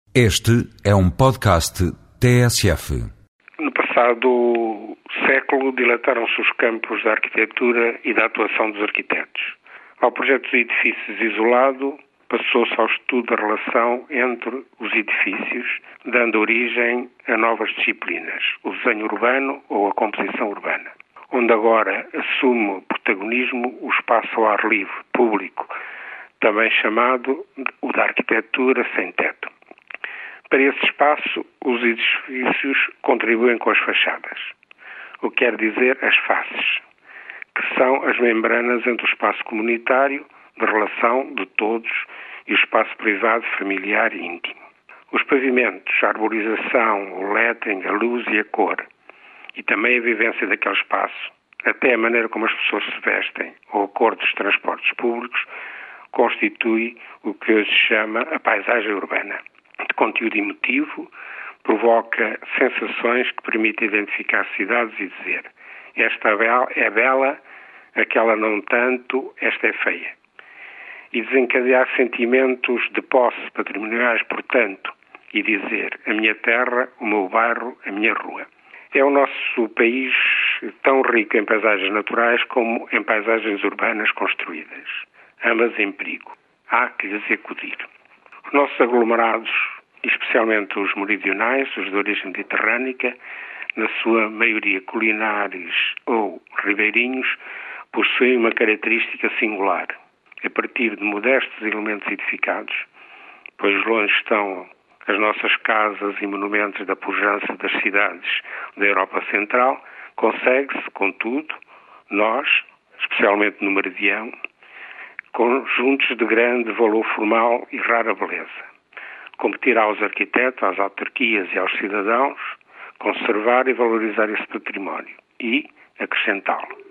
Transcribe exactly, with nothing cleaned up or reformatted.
Este é um podcast T S F. No passado século, dilataram-se os campos da arquitetura e da atuação dos arquitetos. Ao projeto de edifícios isolado, passou-se ao estudo da relação entre os edifícios, dando origem a novas disciplinas, o desenho urbano ou a composição urbana, onde agora assume protagonismo o espaço ao ar livre, público, também chamado o da arquitetura sem teto. Para esse espaço, os edifícios contribuem com as fachadas, o que quer dizer as faces, que são as membranas entre o espaço comunitário, de relação de todos, e o espaço privado, familiar e íntimo. Os pavimentos, a arborização, o lettering, a luz e a cor, e também a vivência daquele espaço, até a maneira como as pessoas se vestem ou a cor dos transportes públicos, constitui o que hoje se chama a paisagem urbana. De conteúdo emotivo, provoca sensações que permitem identificar cidades e dizer: esta é bela, aquela não tanto, esta é feia. E desencadear sentimentos de posse patrimoniais, portanto, e dizer: a minha terra, o meu bairro, a minha rua. É o nosso país tão rico em paisagens naturais como em paisagens urbanas construídas, ambas em perigo. Há que lhes acudir. Os nossos aglomerados, especialmente os meridionais, os de origem mediterrânica, na sua maioria culinares ou ribeirinhos, possuem uma característica singular. A partir de modestos elementos edificados, pois longe estão as nossas casas e monumentos da pujança das cidades da Europa Central, consegue-se, contudo, nós, especialmente no meridião, conjuntos de grande valor formal e rara beleza. Competir aos arquitetos, às autarquias e aos cidadãos, conservar e valorizar esse património e acrescentá-lo.